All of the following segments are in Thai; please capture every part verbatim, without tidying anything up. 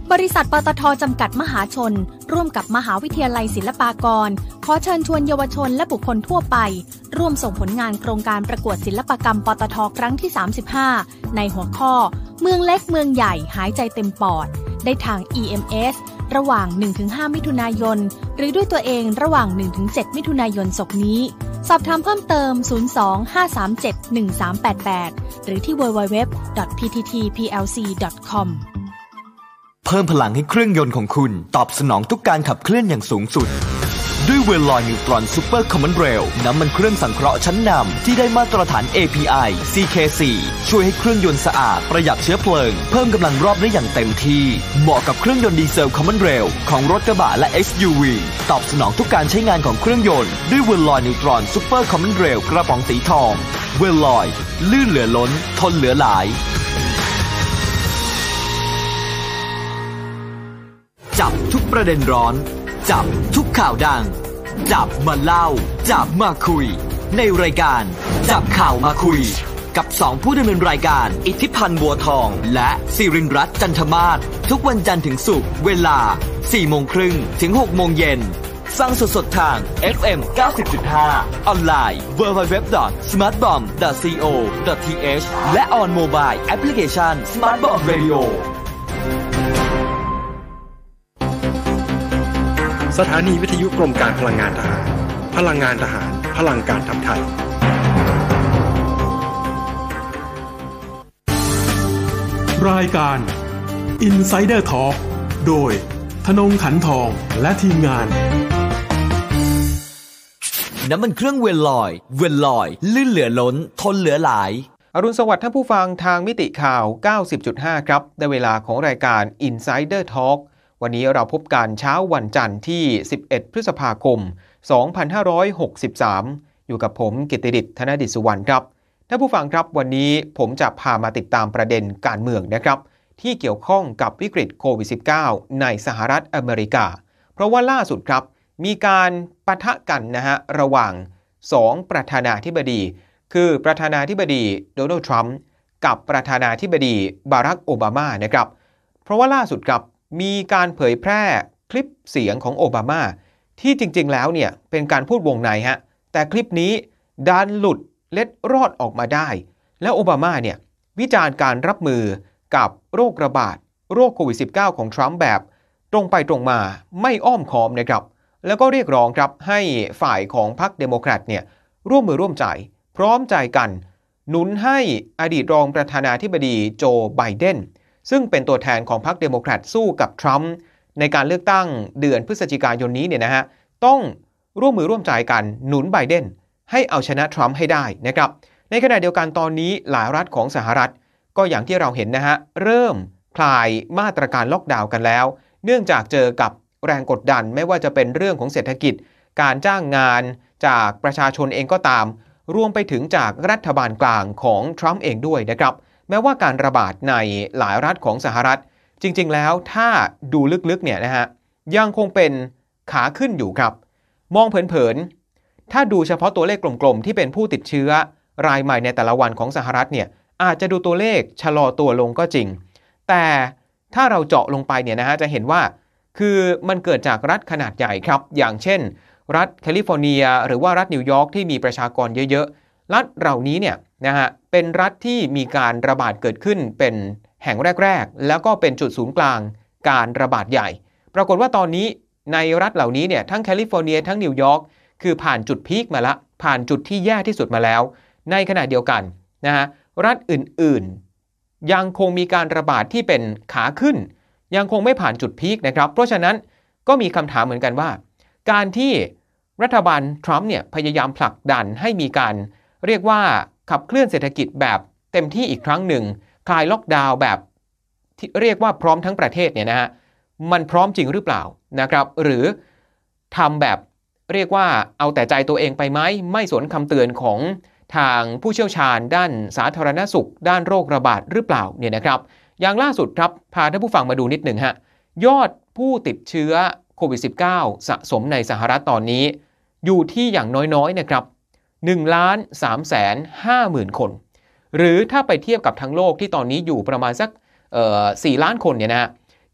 บริษัทปตท.จำกัดมหาชนร่วมกับมหาวิทยาลัยศิลปากรขอเชิญชวนเยาวชนและบุคคลทั่วไปร่วมส่งผลงานโครงการประกวดศิลปกรรมปตท.ครั้งที่สามสิบห้าในหัวข้อเมืองเล็กเมืองใหญ่หายใจเต็มปอดได้ทาง อี เอ็ม เอส ระหว่าง หนึ่งถึงห้า มิถุนายนหรือด้วยตัวเองระหว่าง หนึ่งถึงเจ็ด มิถุนายนศกนี้สอบถามเพิ่มเติมศูนย์ สอง ห้า สาม เจ็ด หนึ่ง สาม แปด แปดหรือที่ ดับเบิลยู ดับเบิลยู ดับเบิลยู ดอท พี ที ที พี แอล ซี ดอท คอมเพิ่มพลังให้เครื่องยนต์ของคุณตอบสนองทุกการขับเคลื่อนอย่างสูงสุดด้วยเวลลอยนิวตรอนซูเปอร์คอมมอนเรลน้ำมันเครื่องสังเคราะห์ชั้นนำที่ได้มาตรฐาน เอ พี ไอ ซี เค โฟร์ ช่วยให้เครื่องยนต์สะอาดประหยัดเชื้อเพลิงเพิ่มกำลังรอบได้อย่างเต็มที่เหมาะกับเครื่องยนต์ดีเซลคอมมอนเรลของรถกระบะและ เอส ยู วี ตอบสนองทุกการใช้งานของเครื่องยนต์ด้วยเวลลอยนิวตรอนซูเปอร์คอมมอนเรลกระป๋องสีทองเวลลอยลื่นเหลือล้นทนเหลือหลายจับทุกประเด็นร้อนจับทุกข่าวดังจับมาเล่าจับมาคุยในรายการจับข่าวมาคุยกับสองผู้ดำเนินรายการอิทธิพันธ์บัวทองและศิรินทร์รัตน์จันทมาศทุกวันจันทร์ถึงศุกร์เวลา สี่โมงครึ่งถึง หกโมงเย็นฟังสดๆทาง เอฟ เอ็ม เก้าสิบจุดห้า ออนไลน์ ดับเบิลยู ดับเบิลยู ดับเบิลยู ดอท สมาร์ทบอม ดอท ซี โอ ดอท ที เอช และ on mobile application Smart Bomb Radio สถานีวิทยุกรมการพลังงานทหารพลังงานทหารพลังการทำไทยรายการ Insider Talk โดยธนงขันทองและทีมงานน้ำมันเครื่องเวลลอยเวลลอยลื่นเหลือล้นทนเหลือหลายอรุณสวัสดิ์ท่านผู้ฟังทางมิติข่าว เก้าสิบจุดห้า ครับได้เวลาของรายการ Insider Talkวันนี้เราพบกันเช้าวันจันทร์ที่สิบเอ็ดพฤษภาคมสองพันห้าร้อยหกสิบสามอยู่กับผมกิตติดิษฐ์ธนดิษฐ์สุวรรณครับท่านผู้ฟังครับวันนี้ผมจะพามาติดตามประเด็นการเมืองนะครับที่เกี่ยวข้องกับวิกฤตโควิด สิบเก้า ในสหรัฐอเมริกาเพราะว่าล่าสุดครับมีการปะทะกันนะฮะระหว่างสองประธานาธิบดีคือประธานาธิบดีโดนัลด์ทรัมป์กับประธานาธิบดีบารักโอบามานะครับเพราะว่าล่าสุดครับมีการเผยแพร่คลิปเสียงของโอบามาที่จริงๆแล้วเนี่ยเป็นการพูดวงในฮะแต่คลิปนี้ดันหลุดเล็ดรอดออกมาได้แล้วโอบามาเนี่ยวิจารณ์การรับมือกับโรคระบาดโรคโควิด สิบเก้า ของทรัมป์แบบตรงไปตรงมาไม่อ้อมค้อมนะครับแล้วก็เรียกร้องครับให้ฝ่ายของพรรคเดโมแครตเนี่ยร่วมมือร่วมใจพร้อมใจกันหนุนให้อดีตรองประธานาธิบดีโจไบเดนซึ่งเป็นตัวแทนของพรรคเดโมแครตสู้กับทรัมป์ในการเลือกตั้งเดือนพฤศจิกายนนี้เนี่ยนะฮะต้องร่วมมือร่วมใจกันหนุนไบเดนให้เอาชนะทรัมป์ให้ได้นะครับในขณะเดียวกันตอนนี้หลายรัฐของสหรัฐก็อย่างที่เราเห็นนะฮะเริ่มคลายมาตรการล็อกดาวน์กันแล้วเนื่องจากเจอกับแรงกดดันไม่ว่าจะเป็นเรื่องของเศรษฐกิจการจ้างงานจากประชาชนเองก็ตามรวมไปถึงจากรัฐบาลกลางของทรัมป์เองด้วยนะครับแม้ว่าการระบาดในหลายรัฐของสหรัฐจริงๆแล้วถ้าดูลึกๆเนี่ยนะฮะยังคงเป็นขาขึ้นอยู่ครับมองเผินๆถ้าดูเฉพาะตัวเลขกลมๆที่เป็นผู้ติดเชื้อรายใหม่ในแต่ละวันของสหรัฐเนี่ยอาจจะดูตัวเลขชะลอตัวลงก็จริงแต่ถ้าเราเจาะลงไปเนี่ยนะฮะจะเห็นว่าคือมันเกิดจากรัฐขนาดใหญ่ครับอย่างเช่นรัฐแคลิฟอร์เนียหรือว่ารัฐนิวยอร์กที่มีประชากรเยอะๆรัฐเหล่านี้เนี่ยนะฮะเป็นรัฐที่มีการระบาดเกิดขึ้นเป็นแห่งแรกๆแล้วก็เป็นจุดศูนย์กลางการระบาดใหญ่ปรากฏว่าตอนนี้ในรัฐเหล่านี้เนี่ยทั้งแคลิฟอร์เนียทั้งนิวยอร์กคือผ่านจุดพีคมาละผ่านจุดที่แย่ที่สุดมาแล้วในขณะเดียวกันนะฮะรัฐอื่นๆยังคงมีการระบาดที่เป็นขาขึ้นยังคงไม่ผ่านจุดพีคนะครับเพราะฉะนั้นก็มีคำถามเหมือนกันว่าการที่รัฐบาลทรัมป์เนี่ยพยายามผลักดันให้มีการเรียกว่าขับเคลื่อนเศรษฐกิจแบบเต็มที่อีกครั้งหนึ่งคลายล็อกดาวน์แบบที่เรียกว่าพร้อมทั้งประเทศเนี่ยนะฮะมันพร้อมจริงหรือเปล่านะครับหรือทำแบบเรียกว่าเอาแต่ใจตัวเองไปไหมไม่สนคำเตือนของทางผู้เชี่ยวชาญด้านสาธารณสุขด้านโรคระบาดหรือเปล่าเนี่ยนะครับอย่างล่าสุดครับพาท่านผู้ฟังมาดูนิดหนึ่งฮะยอดผู้ติดเชื้อโควิด สิบเก้า สะสมในสหรัฐตอนนี้อยู่ที่อย่างน้อยๆนะครับหนึ่งล้านสามแสนห้าหมื่นคนหรือถ้าไปเทียบกับทั้งโลกที่ตอนนี้อยู่ประมาณสักเอ่อสี่ล้านคนเนี่ยนะฮะ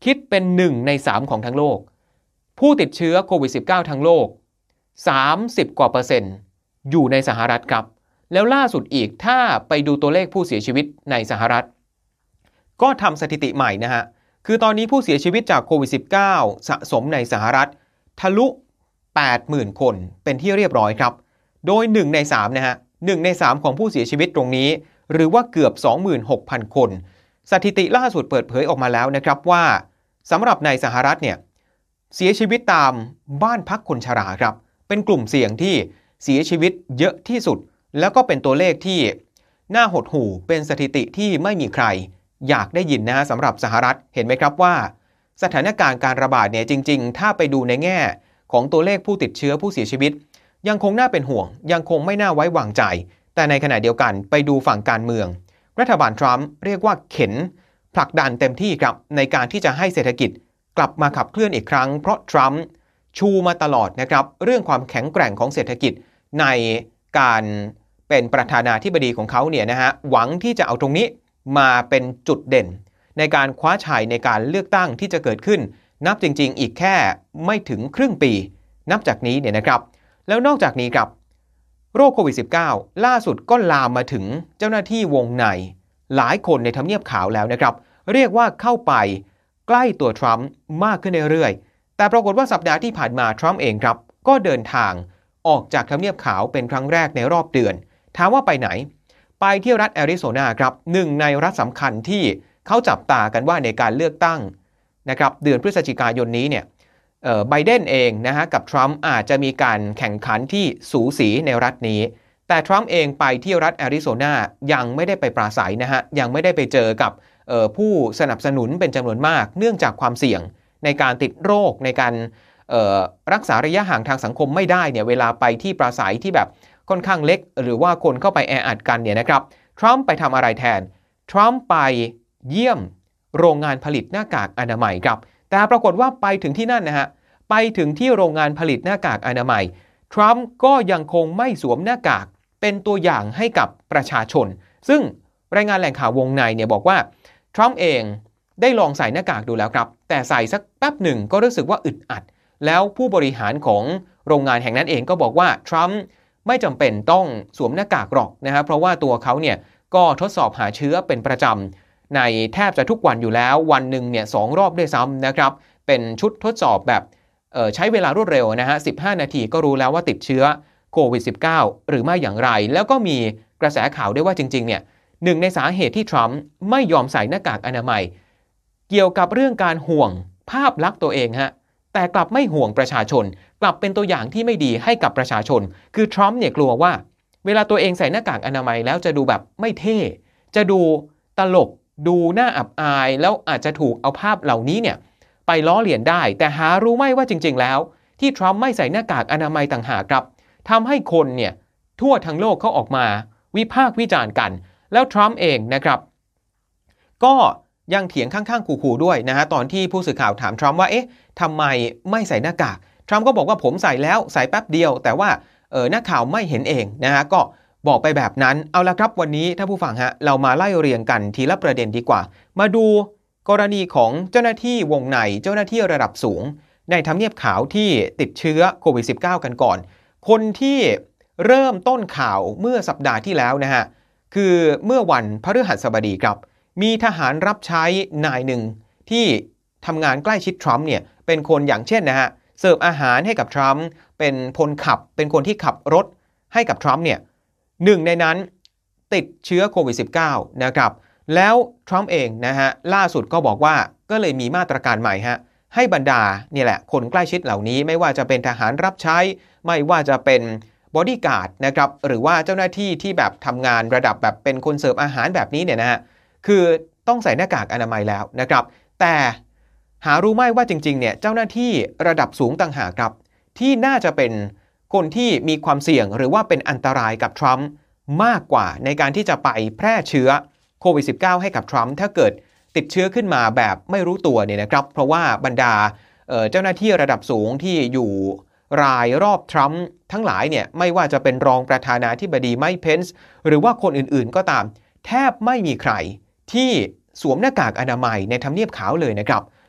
คิดเป็นหนึ่งในสามของทั้งโลกผู้ติดเชื้อโควิด สิบเก้า ทั้งโลกสามสิบกว่าเปอร์เซ็นต์อยู่ในสหรัฐครับแล้วล่าสุดอีกถ้าไปดูตัวเลขผู้เสียชีวิตในสหรัฐก็ทำสถิติใหม่นะฮะคือตอนนี้ผู้เสียชีวิตจากโควิด สิบเก้า สะสมในสหรัฐทะลุ แปดหมื่น คนเป็นที่เรียบร้อยครับโดยหนึ่งในสามนะฮะหนึ่งในสามของผู้เสียชีวิตตรงนี้หรือว่าเกือบ สองหมื่นหกพัน คนสถิติล่าสุดเปิดเผยออกมาแล้วนะครับว่าสำหรับในสหรัฐเนี่ยเสียชีวิตตามบ้านพักคนชราครับเป็นกลุ่มเสี่ยงที่เสียชีวิตเยอะที่สุดแล้วก็เป็นตัวเลขที่น่าหดหู่เป็นสถิติที่ไม่มีใครอยากได้ยินนะฮะสำหรับสหรัฐเห็นไหมครับว่าสถานการณ์การระบาดเนี่ยจริงๆถ้าไปดูในแง่ของตัวเลขผู้ติดเชื้อผู้เสียชีวิตยังคงน่าเป็นห่วงยังคงไม่น่าไว้วางใจแต่ในขณะเดียวกันไปดูฝั่งการเมืองรัฐบาลทรัมป์เรียกว่าเข็นผลักดันเต็มที่ครับในการที่จะให้เศรษฐกิจกลับมาขับเคลื่อนอีกครั้งเพราะทรัมป์ชูมาตลอดนะครับเรื่องความแข็งแกร่งของเศรษฐกิจในการเป็นประธานาธิบดีของเขาเนี่ยนะฮะหวังที่จะเอาตรงนี้มาเป็นจุดเด่นในการคว้าชัยในการเลือกตั้งที่จะเกิดขึ้นนับจริงๆอีกแค่ไม่ถึงครึ่งปีนับจากนี้เนี่ยนะครับแล้วนอกจากนี้ครับโรคโควิด สิบเก้า ล่าสุดก็ลามมาถึงเจ้าหน้าที่วงในหลายคนในทำเนียบขาวแล้วนะครับเรียกว่าเข้าไปใกล้ตัวทรัมป์มากขึ้นเรื่อยๆแต่ปรากฏว่าสัปดาห์ที่ผ่านมาทรัมป์เองครับก็เดินทางออกจากทำเนียบขาวเป็นครั้งแรกในรอบเดือนถามว่าไปไหนไปที่รัฐแอริโซนาครับหนึ่งในรัฐสำคัญที่เขาจับตากันว่าในการเลือกตั้งนะครับเดือนพฤศจิกายนนี้เนี่ยไบเดนเองนะฮะกับทรัมป์อาจจะมีการแข่งขันที่สูสีในรัฐนี้แต่ทรัมป์เองไปที่รัฐแอริโซนายังไม่ได้ไปปราศัยนะฮะยังไม่ได้ไปเจอกับผู้สนับสนุนเป็นจำนวนมากเนื่องจากความเสี่ยงในการติดโรคในการรักษาระยะห่างทางสังคมไม่ได้เนี่ยเวลาไปที่ปราศัยที่แบบค่อนข้างเล็กหรือว่าคนเข้าไปแออัดกันเนี่ยนะครับทรัมป์ไปทำอะไรแทนทรัมป์ไปเยี่ยมโรงงานผลิตหน้ากากอนามัยครับแต่ปรากฏว่าไปถึงที่นั่นนะฮะไปถึงที่โรงงานผลิตหน้ากากอนามัยทรัมป์ก็ยังคงไม่สวมหน้ากากเป็นตัวอย่างให้กับประชาชนซึ่งรายงานแหล่งข่าววงในเนี่ยบอกว่าทรัมป์เองได้ลองใส่หน้ากากดูแล้วครับแต่ใส่สักแป๊บหนึ่งก็รู้สึกว่าอึดอัดแล้วผู้บริหารของโรงงานแห่งนั้นเองก็บอกว่าทรัมป์ไม่จำเป็นต้องสวมหน้ากากหรอกนะฮะเพราะว่าตัวเขาเนี่ยก็ทดสอบหาเชื้อเป็นประจำในแทบจะทุกวันอยู่แล้ววันหนึ่งเนี่ยสองรอบด้วยซ้ำนะครับเป็นชุดทดสอบแบบใช้เวลารวดเร็วนะฮะสิบห้านาทีก็รู้แล้วว่าติดเชื้อโควิด สิบเก้า หรือไม่อย่างไรแล้วก็มีกระแสข่าวด้วยว่าจริงๆเนี่ยหนึ่งในสาเหตุที่ทรัมป์ไม่ยอมใส่หน้ากากอนามัยเกี่ยวกับเรื่องการห่วงภาพลักษณ์ตัวเองฮะแต่กลับไม่ห่วงประชาชนกลับเป็นตัวอย่างที่ไม่ดีให้กับประชาชนคือทรัมป์เนี่ยกลัวว่าเวลาตัวเองใส่หน้ากากอนามัยแล้วจะดูแบบไม่เท่จะดูตลกดูน่าอับอายแล้วอาจจะถูกเอาภาพเหล่านี้เนี่ยไปล้อเลียนได้แต่หารู้ไหมว่าจริงๆแล้วที่ทรัมป์ไม่ใส่หน้ากากอนามัยต่างหากครับทำให้คนเนี่ยทั่วทั้งโลกเขาออกมาวิพากษ์วิจารณ์กันแล้วทรัมป์เองนะครับก็ยังเถียงข้างๆขู่ๆด้วยนะฮะตอนที่ผู้สื่อข่าวถามทรัมป์ว่าเอ๊ะทำไมไม่ใส่หน้ากากทรัมป์ก็บอกว่าผมใส่แล้วใส่แป๊บเดียวแต่ว่าเออนักข่าวไม่เห็นเองนะฮะก็บอกไปแบบนั้นเอาละครับวันนี้ถ้าผู้ฟังฮะเรามาไล่เรียงกันทีละประเด็นดีกว่ามาดูกรณีของเจ้าหน้าที่วงในเจ้าหน้าที่ระดับสูงในทำเนียบขาวที่ติดเชื้อโควิด สิบเก้า กันก่อนคนที่เริ่มต้นข่าวเมื่อสัปดาห์ที่แล้วนะฮะคือเมื่อวันพฤหัสบดีครับมีทหารรับใช้นายหนึ่งที่ทำงานใกล้ชิดทรัมป์เนี่ยเป็นคนอย่างเช่นนะฮะเสิร์ฟอาหารให้กับทรัมป์เป็นพลขับเป็นคนที่ขับรถให้กับทรัมป์เนี่ยหนึ่งในนั้นติดเชื้อโควิด สิบเก้า นะครับแล้วทรัมป์เองนะฮะล่าสุดก็บอกว่าก็เลยมีมาตรการใหม่ฮะให้บรรดาเนี่ยแหละคนใกล้ชิดเหล่านี้ไม่ว่าจะเป็นทหารรับใช้ไม่ว่าจะเป็นบอดี้การ์ดนะครับหรือว่าเจ้าหน้าที่ที่แบบทำงานระดับแบบเป็นคนเสิร์ฟอาหารแบบนี้เนี่ยนะฮะคือต้องใส่หน้ากากอนามัยแล้วนะครับแต่หารู้ไหมว่าจริงๆเนี่ยเจ้าหน้าที่ระดับสูงต่างหากครับที่น่าจะเป็นคนที่มีความเสี่ยงหรือว่าเป็นอันตรายกับทรัมป์มากกว่าในการที่จะไปแพร่เชื้อโควิด สิบเก้า ให้กับทรัมป์ถ้าเกิดติดเชื้อขึ้นมาแบบไม่รู้ตัวเนี่ยนะครับเพราะว่าบรรดา เอ่อ เจ้าหน้าที่ระดับสูงที่อยู่รายรอบทรัมป์ทั้งหลายเนี่ยไม่ว่าจะเป็นรองประธานาธิบดีไมค์เพนซ์หรือว่าคนอื่นๆก็ตามแทบไม่มีใครที่สวมหน้ากากอนามัยในทำเนียบขาวเลยนะครับ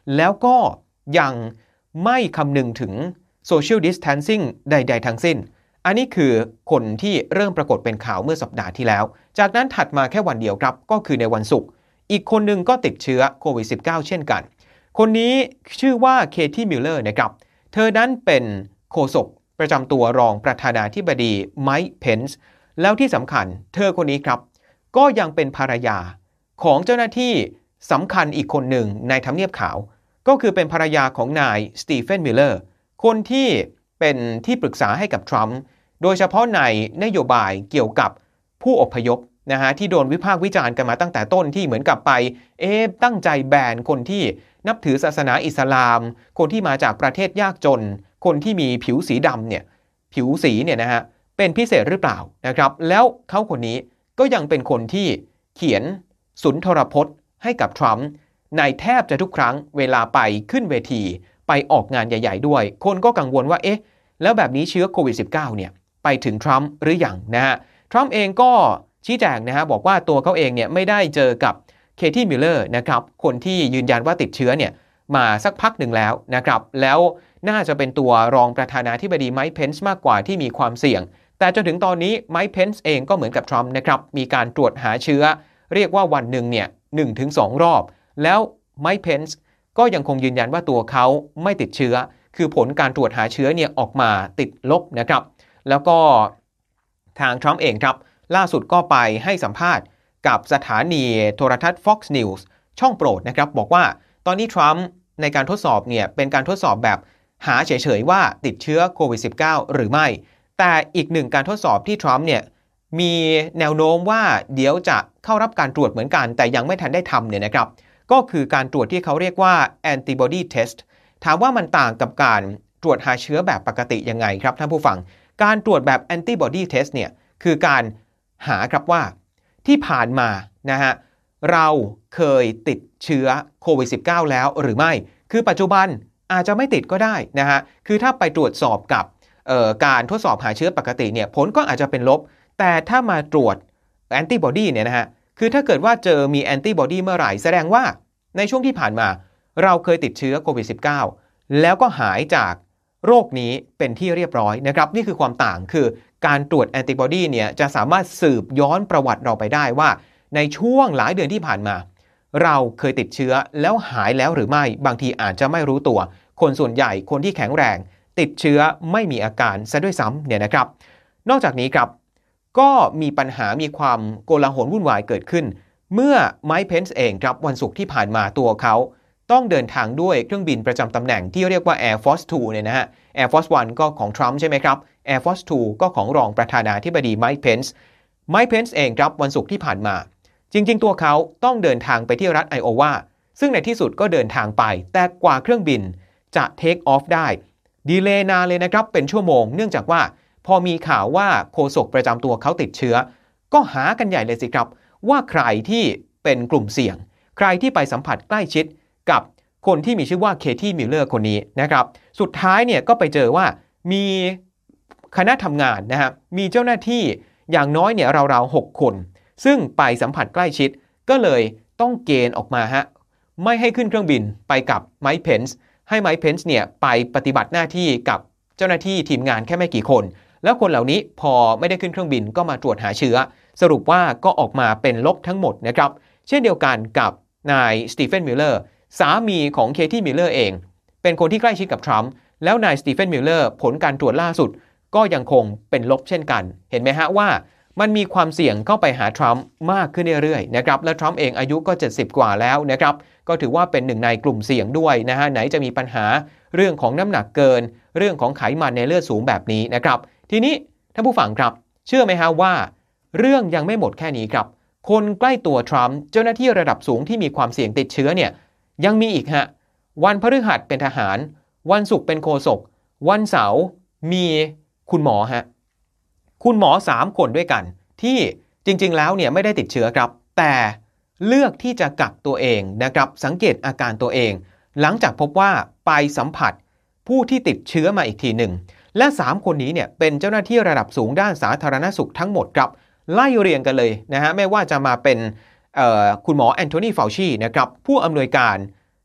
แล้วก็ยังไม่คำนึงถึง social distancing ใดๆทั้งสิ้นอันนี้คือคนที่เริ่มปรากฏเป็นข่าวเมื่อสัปดาห์ที่แล้วจากนั้นถัดมาแค่วันเดียวครับก็คือในวันศุกร์อีกคนหนึ่งก็ติดเชื้อโควิด สิบเก้า เช่นกันคนนี้ชื่อว่าเคที่มิลเลอร์นะครับเธอนั้นเป็นโฆษกประจำตัวรองประธานาธิบดีไมค์เพนซ์แล้วที่สำคัญเธอคนนี้ครับก็ยังเป็นภรรยาของเจ้าหน้าที่สำคัญอีกคนหนึ่งในทำเนียบขาวก็คือเป็นภรรยาของนายสตีเฟนมิลเลอร์คนที่เป็นที่ปรึกษาให้กับทรัมป์โดยเฉพาะในนโยบายเกี่ยวกับผู้อพยพนะฮะที่โดนวิพากษ์วิจารณ์กันมาตั้งแต่ต้นที่เหมือนกับไปเอ๊ะตั้งใจแบนคนที่นับถือศาสนาอิสลามคนที่มาจากประเทศยากจนคนที่มีผิวสีดำเนี่ยผิวสีเนี่ยนะฮะเป็นพิเศษหรือเปล่านะครับแล้วเขาคนนี้ก็ยังเป็นคนที่เขียนสุนทรพจน์ให้กับทรัมป์ในแทบจะทุกครั้งเวลาไปขึ้นเวทีไปออกงานใหญ่ๆด้วยคนก็กังวลว่าเอ๊ะแล้วแบบนี้เชื้อโควิด สิบเก้า เนี่ยไปถึงทรัมป์หรือยังนะฮะทรัมป์เองก็ชี้แจงนะฮะบอกว่าตัวเขาเองเนี่ยไม่ได้เจอกับเคที่มิลเลอร์นะครับคนที่ยืนยันว่าติดเชื้อเนี่ยมาสักพักหนึ่งแล้วนะครับแล้วน่าจะเป็นตัวรองประธานาธิบดีไมค์เพนซ์มากกว่าที่มีความเสี่ยงแต่จนถึงตอนนี้ไมค์เพนซ์เองก็เหมือนกับทรัมป์นะครับมีการตรวจหาเชื้อเรียกว่าวันหนึ่งเนี่ย หนึ่งถึงสอง รอบแล้วไมค์เพนซ์ก็ยังคงยืนยันว่าตัวเขาไม่ติดเชื้อคือผลการตรวจหาเชื้อเนี่ยออกมาติดลบนะครับแล้วก็ทางทรัมป์เองครับล่าสุดก็ไปให้สัมภาษณ์กับสถานีโทรทัศน์ Fox News ช่องโปรดนะครับบอกว่าตอนนี้ทรัมป์ในการทดสอบเนี่ยเป็นการทดสอบแบบหาเฉยๆว่าติดเชื้อโควิด สิบเก้า หรือไม่แต่อีกหนึ่งการทดสอบที่ทรัมป์เนี่ยมีแนวโน้มว่าเดี๋ยวจะเข้ารับการตรวจเหมือนกันแต่ยังไม่ทันได้ทำเนี่ยนะครับก็คือการตรวจที่เขาเรียกว่า antibody test ถามว่ามันต่างกับการตรวจหาเชื้อแบบปกติยังไงครับท่านผู้ฟังการตรวจแบบ antibody test เนี่ยคือการหาครับว่าที่ผ่านมานะฮะเราเคยติดเชื้อโควิด สิบเก้า แล้วหรือไม่คือปัจจุบันอาจจะไม่ติดก็ได้นะฮะคือถ้าไปตรวจสอบกับการทดสอบหาเชื้อปกติเนี่ยผลก็อาจจะเป็นลบแต่ถ้ามาตรวจแอนติบอดีเนี่ยนะฮะคือถ้าเกิดว่าเจอมีแอนติบอดีเมื่อไหร่แสดงว่าในช่วงที่ผ่านมาเราเคยติดเชื้อโควิด สิบเก้า แล้วก็หายจากโรคนี้เป็นที่เรียบร้อยนะครับนี่คือความต่างคือการตรวจแอนติบอดีเนี่ยจะสามารถสืบย้อนประวัติเราไปได้ว่าในช่วงหลายเดือนที่ผ่านมาเราเคยติดเชื้อแล้วหายแล้วหรือไม่บางทีอาจจะไม่รู้ตัวคนส่วนใหญ่คนที่แข็งแรงติดเชื้อไม่มีอาการซะด้วยซ้ำเนี่ยนะครับนอกจากนี้ครับก็มีปัญหามีความโกลาหลวุ่นวายเกิดขึ้นเมื่อไมค์เพนซ์เองครับวันศุกร์ที่ผ่านมาตัวเขาต้องเดินทางด้วยเครื่องบินประจำตำแหน่งที่เรียกว่า Air Force ทูเนี่ยนะฮะ Air Force วันก็ของทรัมป์ใช่ไหมครับ Air Force ทูก็ของรองประธานาธิบดีไมค์เพนซ์ไมค์เพนซ์เองครับวันศุกร์ที่ผ่านมาจริงๆตัวเขาต้องเดินทางไปที่รัฐไอโอวาซึ่งในที่สุดก็เดินทางไปแต่กว่าเครื่องบินจะเทคออฟได้ดีเลย์นานเลยนะครับเป็นชั่วโมงเนื่องจากว่าพอมีข่าวว่าโฆษกประจำตัวเขาติดเชื้อก็หากันใหญ่เลยสิครับว่าใครที่เป็นกลุ่มเสี่ยงใครที่ไปสัมผัสใกล้ชิดกับคนที่มีชื่อว่าเคที่มิลเลอร์คนนี้นะครับสุดท้ายเนี่ยก็ไปเจอว่ามีคณะทำงานนะฮะมีเจ้าหน้าที่อย่างน้อยเนี่ยราวๆหกคนซึ่งไปสัมผัสใกล้ชิดก็เลยต้องเกณฑ์ออกมาฮะไม่ให้ขึ้นเครื่องบินไปกับไมค์เพนซ์ให้ไมค์เพนซ์เนี่ยไปปฏิบัติหน้าที่กับเจ้าหน้าที่ทีมงานแค่ไม่กี่คนแล้วคนเหล่านี้พอไม่ได้ขึ้นเครื่องบินก็มาตรวจหาเชื้อสรุปว่าก็ออกมาเป็นลบทั้งหมดนะครับเช่นเดียวกันกับนายสตีเฟนมิลเลอร์สามีของเคที่มิลเลอร์เองเป็นคนที่ใกล้ชิดกับทรัมป์แล้วนายสตีเฟนมิลเลอร์ผลการตรวจล่าสุดก็ยังคงเป็นลบเช่นกันเห็นไหมฮะว่ามันมีความเสี่ยงเข้าไปหาทรัมป์มากขึ้นเรื่อยๆนะครับและทรัมป์เองอายุก็เจ็ดสิบกว่าแล้วนะครับก็ถือว่าเป็นหนึ่งในกลุ่มเสี่ยงด้วยนะฮะไหนจะมีปัญหาเรื่องของน้ำหนักเกินเรื่องของไขมันในเลือดสูงแบบนี้นะครับทีนี้ท่านผู้ฟังครับเชื่อไหมฮะว่าเรื่องยังไม่หมดแค่นี้ครับคนใกล้ตัวทรัมป์เจ้าหน้าที่ระดับสูงที่มีความเสี่ยงติดเชื้อเนี่ยยังมีอีกฮะวันพฤหัสเป็นทหารวันศุกร์เป็นโฆษกวันเสาร์มีคุณหมอฮะคุณหมอสามคนด้วยกันที่จริงๆแล้วเนี่ยไม่ได้ติดเชื้อครับแต่เลือกที่จะกักตัวเองนะครับสังเกตอาการตัวเองหลังจากพบว่าไปสัมผัสผู้ที่ติดเชื้อมาอีกทีหนึ่งและสามคนนี้เนี่ยเป็นเจ้าหน้าที่ระดับสูงด้านสาธารณสุขทั้งหมดครับไล่เรียงกันเลยนะฮะไม่ว่าจะมาเป็นคุณหมอแอนโทนี ฟาวชีนะครับผู้อำนวยการ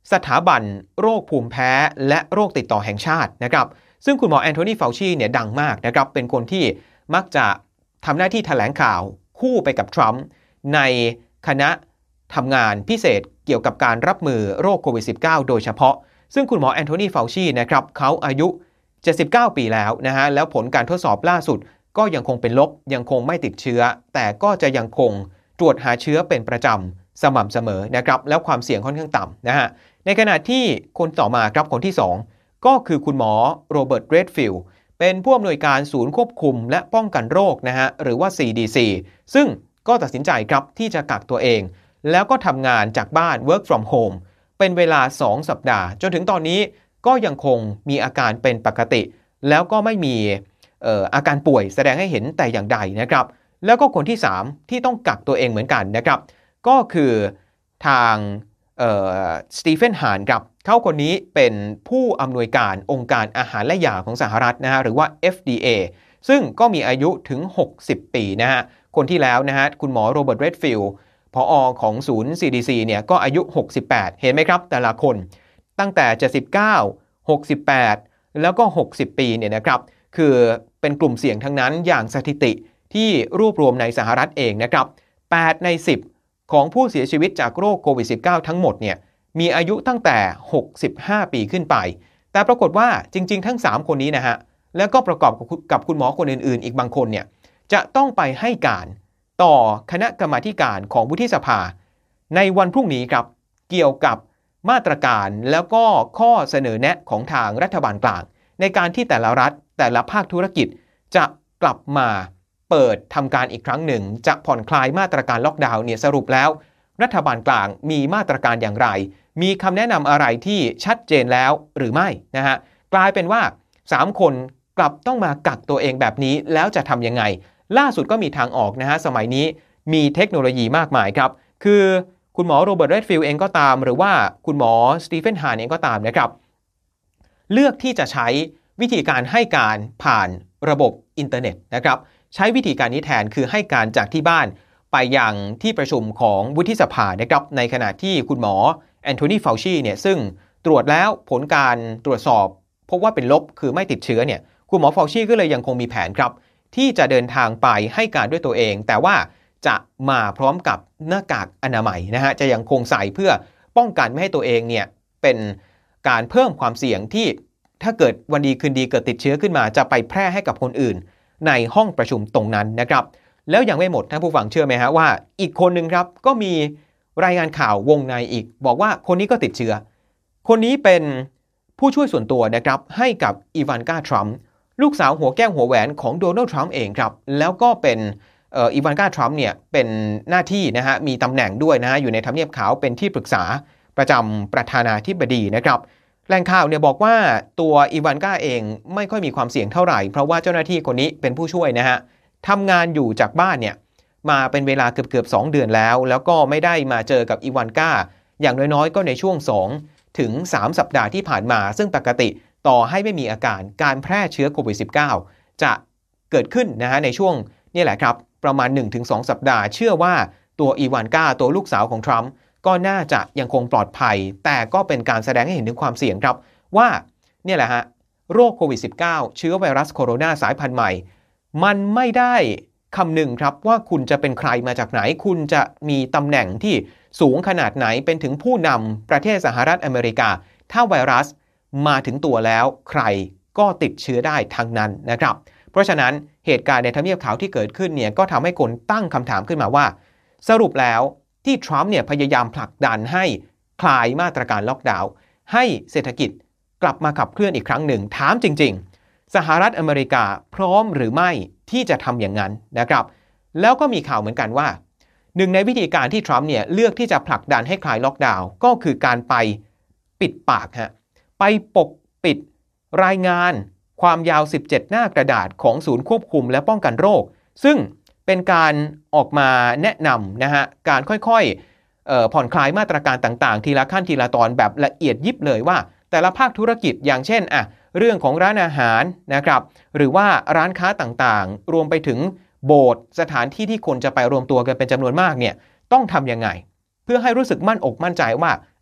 สถาบันโรคภูมิแพ้และโรคติดต่อแห่งชาตินะครับซึ่งคุณหมอแอนโทนี เฟาชีเนี่ยดังมากนะครับเป็นคนที่มักจะทำหน้าที่แถลงข่าวคู่ไปกับทรัมป์ในคณะทำงานพิเศษเกี่ยวกับการรับมือโรคโควิด สิบเก้า โดยเฉพาะซึ่งคุณหมอแอนโทนี เฟาชีนะครับเขาอายุเจ็ดสิบเก้าปีแล้วนะฮะแล้วผลการทดสอบล่าสุดก็ยังคงเป็นลบยังคงไม่ติดเชื้อแต่ก็จะยังคงตรวจหาเชื้อเป็นประจำสม่ำเสมอนะครับแล้วความเสี่ยงค่อนข้างต่ำนะฮะในขณะที่คนต่อมาครับคนที่สองก็คือคุณหมอโรเบิร์ต เรดฟิลด์เป็นผู้อำนวยการศูนย์ควบคุมและป้องกันโรคนะฮะหรือว่า ซี ดี ซี ซึ่งก็ตัดสินใจครับที่จะกักตัวเองแล้วก็ทำงานจากบ้าน work from home เป็นเวลาสองสัปดาห์จนถึงตอนนี้ก็ยังคงมีอาการเป็นปกติแล้วก็ไม่มีเอ่ออาการป่วยแสดงให้เห็นแต่อย่างใดนะครับแล้วก็คนที่สามที่ต้องกักตัวเองเหมือนกันนะครับก็คือทางสตีเฟน ฮานครับเขาคนนี้เป็นผู้อำนวยการองค์การอาหารและยาของสหรัฐนะฮะหรือว่า เอฟ ดี เอ ซึ่งก็มีอายุถึงหกสิบปีนะฮะคนที่แล้วนะฮะคุณหมอโรเบิร์ต เรดฟิลด์ผอ.ของศูนย์ ซี ดี ซี เนี่ยก็อายุหกสิบแปดเห็นไหมครับแต่ละคนตั้งแต่เจ็ดสิบเก้า หกสิบแปดแล้วก็หกสิบปีเนี่ยนะครับคือเป็นกลุ่มเสี่ยงทั้งนั้นอย่างสถิติที่รวบรวมในสหรัฐเองนะครับแปดในสิบของผู้เสียชีวิตจากโรคโควิด สิบเก้า ทั้งหมดเนี่ยมีอายุตั้งแต่หกสิบห้าปีขึ้นไปแต่ปรากฏว่าจริงๆทั้งสามคนนี้นะฮะแล้วก็ประกอบกับคุณหมอคนอื่นๆอีกบางคนเนี่ยจะต้องไปให้การต่อคณะกรรมาธิการของวุฒิสภาในวันพรุ่งนี้ครับเกี่ยวกับมาตรการแล้วก็ข้อเสนอแนะของทางรัฐบาลกลางในการที่แต่ละรัฐแต่ละภาคธุรกิจจะกลับมาเปิดทำการอีกครั้งหนึ่งจะผ่อนคลายมาตรการล็อกดาวน์เนี่ยสรุปแล้วรัฐบาลกลางมีมาตรการอย่างไรมีคำแนะนำอะไรที่ชัดเจนแล้วหรือไม่นะฮะกลายเป็นว่าสามคนกลับต้องมากักตัวเองแบบนี้แล้วจะทำยังไงล่าสุดก็มีทางออกนะฮะสมัยนี้มีเทคโนโลยีมากมายครับคือคุณหมอโรเบิร์ต เรดฟิลด์เองก็ตามหรือว่าคุณหมอสตีเฟน ฮานเองก็ตามนะครับเลือกที่จะใช้วิธีการให้การผ่านระบบอินเทอร์เน็ตนะครับใช้วิธีการนี้แทนคือให้การจากที่บ้านไปยังที่ประชุมของวุฒิสภานะครับในขณะที่คุณหมอแอนโทนี เฟาชีเนี่ยซึ่งตรวจแล้วผลการตรวจสอบพบว่าเป็นลบคือไม่ติดเชื้อเนี่ยคุณหมอ เฟาชีก็เลยยังคงมีแผนครับที่จะเดินทางไปให้การด้วยตัวเองแต่ว่าจะมาพร้อมกับหน้ากากอนามัยนะฮะจะยังคงใส่เพื่อป้องกันไม่ให้ตัวเองเนี่ยเป็นการเพิ่มความเสี่ยงที่ถ้าเกิดวันดีคืนดีเกิดติดเชื้อขึ้นมาจะไปแพร่ให้กับคนอื่นในห้องประชุมตรงนั้นนะครับแล้วยังไม่หมดท่านผู้ฟังเชื่อไหมฮะว่าอีกคนนึงครับก็มีรายงานข่าววงในอีกบอกว่าคนนี้ก็ติดเชื้อคนนี้เป็นผู้ช่วยส่วนตัวนะครับให้กับอีวานกา ทรัมป์ลูกสาวหัวแก้วหัวแหวนของโดนัลด์ ทรัมป์เองครับแล้วก็เป็นเอ่ออีวานกา ทรัมป์เนี่ยเป็นหน้าที่นะฮะมีตำแหน่งด้วยนะฮะอยู่ในทำเนียบขาวเป็นที่ปรึกษาประจำประธานาธิบดีนะครับแหล่งข่าวเนี่ยบอกว่าตัวอีวานกาเองไม่ค่อยมีความเสี่ยงเท่าไหร่เพราะว่าเจ้าหน้าที่คนนี้เป็นผู้ช่วยนะฮะทำงานอยู่จากบ้านเนี่ยมาเป็นเวลาเกือบๆสองเดือนแล้วแล้วก็ไม่ได้มาเจอกับอีวานกาอย่างน้อยๆก็ในช่วงสองถึงสามสัปดาห์ที่ผ่านมาซึ่งปกติต่อให้ไม่มีอาการการแพร่เชื้อโควิด สิบเก้า จะเกิดขึ้นนะฮะในช่วงนี่แหละครับประมาณ หนึ่งถึงสอง สัปดาห์เชื่อว่าตัวอีวานกาตัวลูกสาวของทรัมป์ก็น่าจะยังคงปลอดภัยแต่ก็เป็นการแสดงให้เห็นถึงความเสี่ยงครับว่าเนี่ยแหละฮะโรคโควิด สิบเก้า เชื้อไวรัสโคโรนาสายพันธุ์ใหม่มันไม่ได้คำนึงครับว่าคุณจะเป็นใครมาจากไหนคุณจะมีตำแหน่งที่สูงขนาดไหนเป็นถึงผู้นำประเทศสหรัฐอเมริกาถ้าไวรัสมาถึงตัวแล้วใครก็ติดเชื้อได้ทั้งนั้นนะครับเพราะฉะนั้นเหตุการณ์ในทำเนียบขาวที่เกิดขึ้นเนี่ยก็ทำให้คนตั้งคำถามขึ้นมาว่าสรุปแล้วที่ทรัมป์เนี่ยพยายามผลักดันให้คลายมาตรการล็อกดาวน์ให้เศรษฐกิจกลับมาขับเคลื่อนอีกครั้งหนึ่งถามจริงๆสหรัฐอเมริกาพร้อมหรือไม่ที่จะทำอย่างนั้นนะครับแล้วก็มีข่าวเหมือนกันว่าหนึ่งในวิธีการที่ทรัมป์เนี่ยเลือกที่จะผลักดันให้คลายล็อกดาวน์ก็คือการไปปิดปากฮะไปปกปิดรายงานความยาวสิบเจ็ดหน้ากระดาษของศูนย์ควบคุมและป้องกันโรคซึ่งเป็นการออกมาแนะนำนะฮะการค่อยๆเอ่อผ่อนคลายมาตรการต่างๆทีละขั้นทีละตอนแบบละเอียดยิบเลยว่าแต่ละภาคธุรกิจอย่างเช่นอ่ะเรื่องของร้านอาหารนะครับหรือว่าร้านค้าต่างๆรวมไปถึงโบสถ์สถานที่ที่คนจะไปรวมตัวกันเป็นจำนวนมากเนี่ยต้องทำยังไงเพื่อให้รู้สึกมั่นอกมั่นใจว่า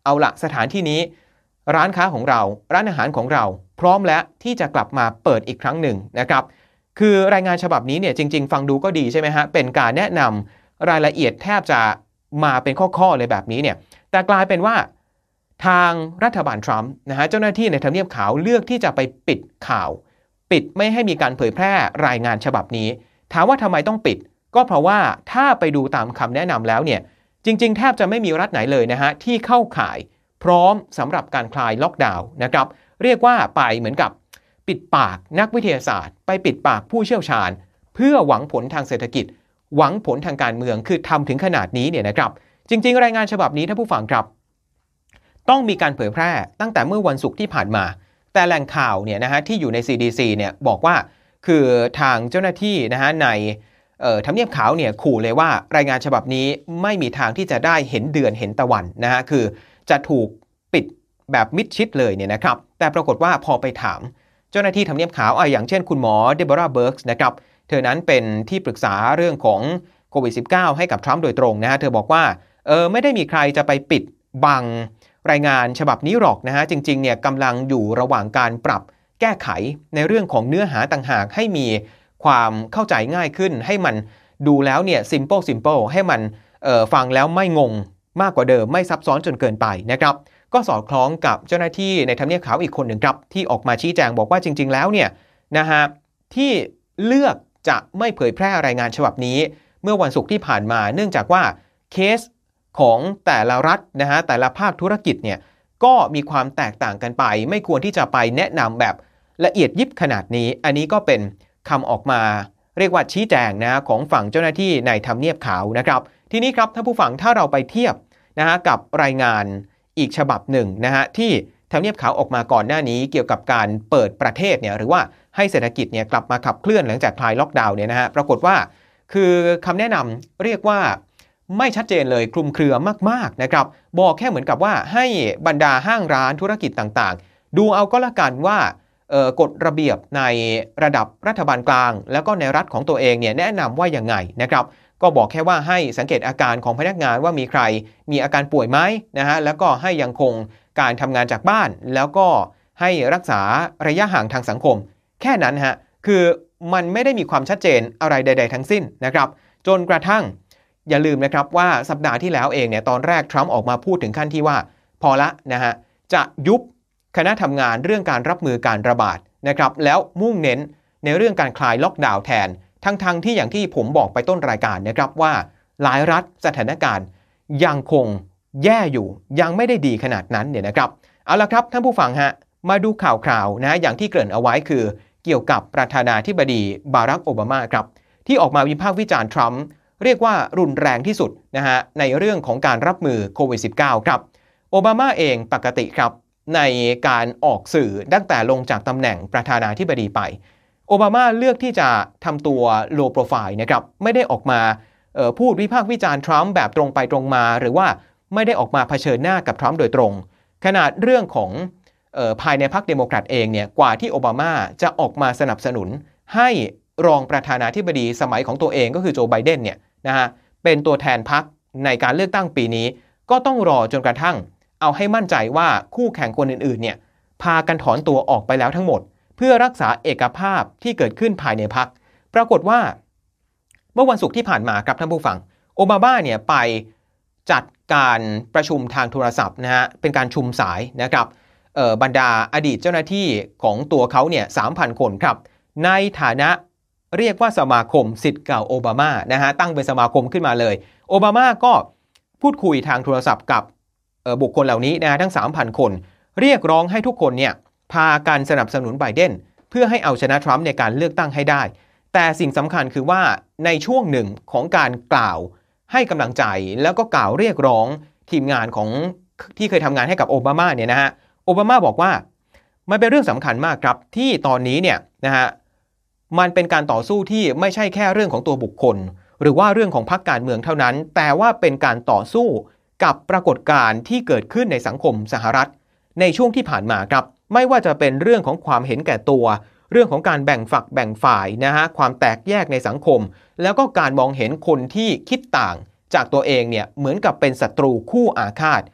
เอาละสถานที่นี้ร้านค้าของเราร้านอาหารของเราพร้อมแล้วที่จะกลับมาเปิดอีกครั้งหนึ่งนะครับคือรายงานฉบับนี้เนี่ยจริงๆฟังดูก็ดีใช่ไหมฮะเป็นการแนะนำรายละเอียดแทบจะมาเป็นข้อๆเลยแบบนี้เนี่ยแต่กลายเป็นว่าทางรัฐบาลทรัมป์นะฮะเจ้าหน้าที่ในทำเนียบขาวเลือกที่จะไปปิดข่าวปิดไม่ให้มีการเผยแพร่รายงานฉบับนี้ถามว่าทำไมต้องปิดก็เพราะว่าถ้าไปดูตามคำแนะนำแล้วเนี่ยจริงๆแทบจะไม่มีรัฐไหนเลยนะฮะที่เข้าข่ายพร้อมสำหรับการคลายล็อกดาวน์นะครับเรียกว่าไปเหมือนกับปิดปากนักวิทยาศาสตร์ไปปิดปากผู้เชี่ยวชาญเพื่อหวังผลทางเศรษฐกิจหวังผลทางการเมืองคือทำถึงขนาดนี้เนี่ยนะครับจริงๆรายงานฉบับนี้ท่านผู้ฟังครับต้องมีการเผยแพร่ตั้งแต่เมื่อวันศุกร์ที่ผ่านมาแต่แหล่งข่าวเนี่ยนะฮะที่อยู่ใน ซี ดี ซี เนี่ยบอกว่าคือทางเจ้าหน้าที่นะฮะในทำเนียบขาวเนี่ยขู่เลยว่ารายงานฉบับนี้ไม่มีทางที่จะได้เห็นเดือนเห็นตะวันนะฮะคือจะถูกปิดแบบมิดชิดเลยเนี่ยนะครับแต่ปรากฏว่าพอไปถามเจ้าหน้าที่ทำเนียบขาวอ่ะอย่างเช่นคุณหมอเดโบราห์เบิร์กส์นะครับเธอนั้นเป็นที่ปรึกษาเรื่องของโควิด สิบเก้า ให้กับทรัมป์โดยตรงนะฮะเธอบอกว่าเออไม่ได้มีใครจะไปปิดบังรายงานฉบับนี้หรอกนะฮะจริงๆเนี่ยกำลังอยู่ระหว่างการปรับแก้ไขในเรื่องของเนื้อหาต่างหากให้มีความเข้าใจง่ายขึ้นให้มันดูแล้วเนี่ย simple simple ให้มันเอ่อฟังแล้วไม่งงมากกว่าเดิมไม่ซับซ้อนจนเกินไปนะครับก็สอดคล้องกับเจ้าหน้าที่ในทำเนียบขาวอีกคนหนึ่งครับที่ออกมาชี้แจงบอกว่าจริงๆแล้วเนี่ยนะฮะที่เลือกจะไม่เผยแพร่รายงานฉบับนี้เมื่อวันศุกร์ที่ผ่านมาเนื่องจากว่าเคสของแต่ละรัฐนะฮะแต่ละภาคธุรกิจเนี่ยก็มีความแตกต่างกันไปไม่ควรที่จะไปแนะนำแบบละเอียดยิบขนาดนี้อันนี้ก็เป็นคำออกมาเรียกว่าชี้แจงนะของฝั่งเจ้าหน้าที่ในทำเนียบขาวนะครับทีนี้ครับท่านผู้ฟังถ้าเราไปเทียบนะฮะกับรายงานอีกฉบับหนึ่งนะฮะที่ทำเนียบขาวออกมาก่อนหน้านี้เกี่ยวกับการเปิดประเทศเนี่ยหรือว่าให้เศรษฐกิจเนี่ยกลับมาขับเคลื่อนหลังจากคลายล็อกดาวน์เนี่ยนะฮะปรากฏว่าคือคำแนะนำเรียกว่าไม่ชัดเจนเลยคลุมเครือมากๆนะครับบอกแค่เหมือนกับว่าให้บรรดาห้างร้านธุรกิจต่างๆดูเอาก็แล้วกันว่ากฎระเบียบในระดับรัฐบาลกลางแล้วก็ในรัฐของตัวเองเนี่ยแนะนำว่าอย่างไงนะครับก็บอกแค่ว่าให้สังเกตอาการของพนักงานว่ามีใครมีอาการป่วยไหมนะฮะแล้วก็ให้ยังคงการทำงานจากบ้านแล้วก็ให้รักษาระยะห่างทางสังคมแค่นั้นฮะคือมันไม่ได้มีความชัดเจนอะไรใดๆทั้งสิ้นนะครับจนกระทั่งอย่าลืมนะครับว่าสัปดาห์ที่แล้วเองเนี่ยตอนแรกทรัมป์ออกมาพูดถึงขั้นที่ว่าพอละนะฮะจะยุบคณะทำงานเรื่องการรับมือการระบาดนะครับแล้วมุ่งเน้นในเรื่องการคลายล็อกดาวน์แทนทั้งๆ ท, ที่อย่างที่ผมบอกไปต้นรายการนะครับว่าหลายรัฐสถานการณ์ยังคงแย่อยู่ยังไม่ได้ดีขนาดนั้นเนี่ยนะครับเอาละครับท่านผู้ฟังฮะมาดูข่าวคราวนะอย่างที่เกริ่นเอาไว้คือเกี่ยวกับประธานาธิบดีบารักโอบามาครับที่ออกมาวิพากษ์วิจารณ์ทรัมป์เรียกว่ารุนแรงที่สุดนะฮะในเรื่องของการรับมือโควิด สิบเก้า ครับโอบามาเองปกติครับในการออกสื่อตั้งแต่ลงจากตำแหน่งประธานาธิบดีไปโอบามาเลือกที่จะทำตัว low profile นะครับไม่ได้ออกมาเอ่อพูดวิพากษ์วิจารณ์ทรัมป์แบบตรงไปตรงมาหรือว่าไม่ได้ออกมาเผชิญหน้ากับทรัมป์โดยตรงขนาดเรื่องของเอ่อภายในพรรคเดโมแครตเองเนี่ยกว่าที่โอบามาจะออกมาสนับสนุนให้รองประธานาธิบดีสมัยของตัวเองก็คือโจไบเดนเนี่ยนะฮะเป็นตัวแทนพรรคในการเลือกตั้งปีนี้ก็ต้องรอจนกระทั่งเอาให้มั่นใจว่าคู่แข่งคนอื่นๆเนี่ยพากันถอนตัวออกไปแล้วทั้งหมดเพื่อรักษาเอกภาพที่เกิดขึ้นภายในพรรคปรากฏว่าเมื่อวันศุกร์ที่ผ่านมาครับท่านผู้ฟังโอบามาเนี่ยไปจัดการประชุมทางโทรศัพท์นะฮะเป็นการชุมสายนะครับเอ่อบรรดาอดีตเจ้าหน้าที่ของตัวเขาเนี่ย สามพัน คนครับในฐานะเรียกว่าสมาคมศิษย์เก่าโอบามานะฮะตั้งเป็นสมาคมขึ้นมาเลยโอบามาก็พูดคุยทางโทรศัพท์กับบุคคลเหล่านี้นะฮะทั้ง สามพัน คนเรียกร้องให้ทุกคนเนี่ยพากันสนับสนุนไบเดนเพื่อให้เอาชนะทรัมป์ในการเลือกตั้งให้ได้แต่สิ่งสำคัญคือว่าในช่วงหนึ่งของการกล่าวให้กำลังใจแล้วก็กล่าวเรียกร้องทีมงานของที่เคยทำงานให้กับโอบามาเนี่ยนะฮะโอบามาบอกว่ามันเป็นเรื่องสำคัญมากครับที่ตอนนี้เนี่ยนะฮะมันเป็นการต่อสู้ที่ไม่ใช่แค่เรื่องของตัวบุคคลหรือว่าเรื่องของพรรคการเมืองเท่านั้นแต่ว่าเป็นการต่อสู้กับปรากฏการณ์ที่เกิดขึ้นในสังคมสหรัฐในช่วงที่ผ่านมาครับไม่ว่าจะเป็นเรื่องของความเห็นแก่ตัวเรื่องของการแบ่งฝักแบ่งฝ่ายนะฮะความแตกแยกในสังคมแล้วก็การมองเห็นคนที่คิดต่างจากตัวเองเนี่ยเหมือนกับเป็นศัตรูคู่อาฆาต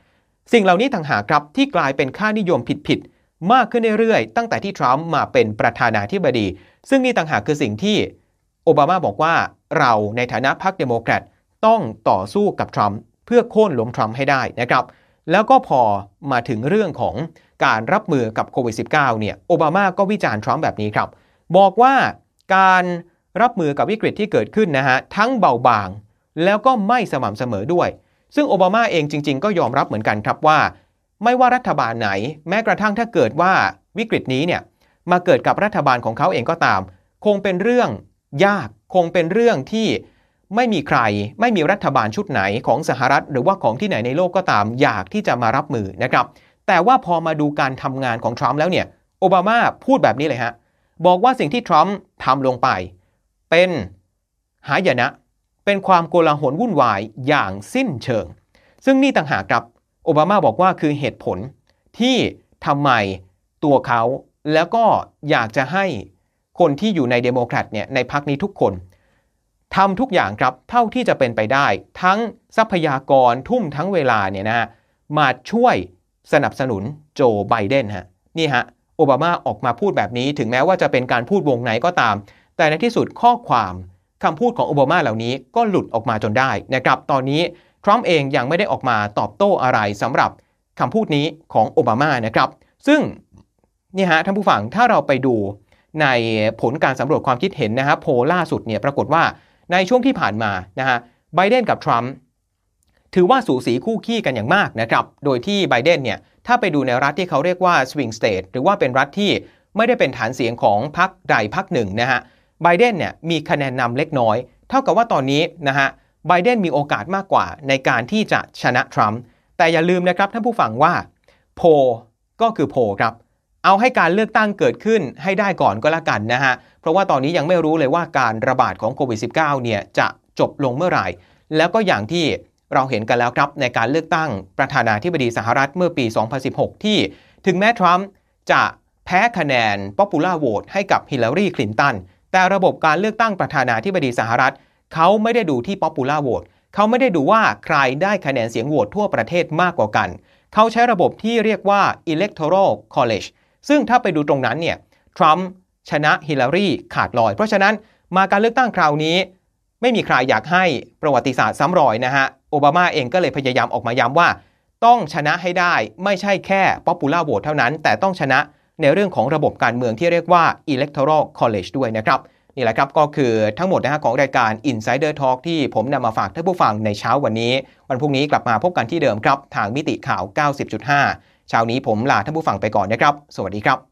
สิ่งเหล่านี้ต่างหากครับที่กลายเป็นค่านิยมผิดๆมากขึ้นเรื่อยๆตั้งแต่ที่ทรัมป์มาเป็นประธานาธิบดีซึ่งนี่ต่างหากคือสิ่งที่โอบามาบอกว่าเราในฐานะพรรคเดโมแครตต้องต่อสู้กับทรัมป์เพื่อโค่นล้มทรัมป์ให้ได้นะครับแล้วก็พอมาถึงเรื่องของการรับมือกับโควิด สิบเก้า เนี่ยโอบามาก็วิจารณ์ทรัมป์แบบนี้ครับบอกว่าการรับมือกับวิกฤตที่เกิดขึ้นนะฮะทั้งเบาบางแล้วก็ไม่สม่ำเสมอด้วยซึ่งโอบามาเองจริงๆก็ยอมรับเหมือนกันครับว่าไม่ว่ารัฐบาลไหนแม้กระทั่งถ้าเกิดว่าวิกฤตนี้เนี่ยมาเกิดกับรัฐบาลของเขาเองก็ตามคงเป็นเรื่องยากคงเป็นเรื่องที่ไม่มีใครไม่มีรัฐบาลชุดไหนของสหรัฐหรือว่าของที่ไหนในโลกก็ตามอยากที่จะมารับมือนะครับแต่ว่าพอมาดูการทำงานของทรัมป์แล้วเนี่ยโอบามาพูดแบบนี้เลยฮะบอกว่าสิ่งที่ทรัมป์ทำลงไปเป็นหายนะเป็นความโกลาหลวุ่นวายอย่างสิ้นเชิงซึ่งนี่ต่างหากครับโอบามาบอกว่าคือเหตุผลที่ทำไมตัวเขาแล้วก็อยากจะให้คนที่อยู่ในเดโมแครตเนี่ยในพรรคนี้ทุกคนทำทุกอย่างครับเท่าที่จะเป็นไปได้ทั้งทรัพยากรทุ่มทั้งเวลาเนี่ยนะมาช่วยสนับสนุนโจไบเดนฮะนี่ฮะโอบามาออกมาพูดแบบนี้ถึงแม้ว่าจะเป็นการพูดวงในก็ตามแต่ในที่สุดข้อความคำพูดของโอบามาเหล่านี้ก็หลุดออกมาจนได้นะครับตอนนี้ทรัมป์เองยังไม่ได้ออกมาตอบโต้อะไรสำหรับคำพูดนี้ของโอบามานะครับซึ่งนี่ฮะท่านผู้ฟังถ้าเราไปดูในผลการสำรวจความคิดเห็นนะฮะโพลล่าสุดเนี่ยปรากฏว่าในช่วงที่ผ่านมานะฮะไบเดนกับทรัมป์ถือว่าสูสีคู่ขี้กันอย่างมากนะครับโดยที่ไบเดนเนี่ยถ้าไปดูในรัฐที่เขาเรียกว่า swing state หรือว่าเป็นรัฐที่ไม่ได้เป็นฐานเสียงของพรรคใดพรรคหนึ่งนะฮะไบเดนเนี่ยมีคะแนนนำเล็กน้อยเท่ากับว่าตอนนี้นะฮะไบเดนมีโอกาสมากกว่าในการที่จะชนะทรัมป์แต่อย่าลืมนะครับท่านผู้ฟังว่าโพลก็คือโพลครับเอาให้การเลือกตั้งเกิดขึ้นให้ได้ก่อนก็แล้วกันนะฮะเพราะว่าตอนนี้ยังไม่รู้เลยว่าการระบาดของโควิด สิบเก้า เนี่ยจะจบลงเมื่อไหร่แล้วก็อย่างที่เราเห็นกันแล้วครับในการเลือกตั้งประธานาธิบดีสหรัฐเมื่อปี สองพันสิบหก ที่ถึงแม้ทรัมป์จะแพ้คะแนน Popular Vote ให้กับฮิลลารีคลินตันแต่ระบบการเลือกตั้งประธานาธิบดีสหรัฐเขาไม่ได้ดูที่ Popular Vote เขาไม่ได้ดูว่าใครได้คะแนนเสียงโหวตทั่วประเทศมากกว่ากันเขาใช้ระบบที่เรียกว่า Electoral College ซึ่งถ้าไปดูตรงนั้นเนี่ยทรัมป์ชนะฮิลลารีขาดลอยเพราะฉะนั้นมาการเลือกตั้งคราวนี้ไม่มีใครอยากให้ประวัติศาสตร์ซ้ำรอยนะฮะโอบามาเองก็เลยพยายามออกมาย้ำว่าต้องชนะให้ได้ไม่ใช่แค่ Popular Vote เท่านั้นแต่ต้องชนะในเรื่องของระบบการเมืองที่เรียกว่า Electoral College ด้วยนะครับนี่แหละครับก็คือทั้งหมดนะฮะของรายการ Insider Talk ที่ผมนำมาฝากท่านผู้ฟังในเช้าวันนี้วันพรุ่งนี้กลับมาพบกันที่เดิมครับทางมิติข่าว เก้าสิบจุดห้า เช้านี้ผมลาท่านผู้ฟังไปก่อนนะครับสวัสดีครับ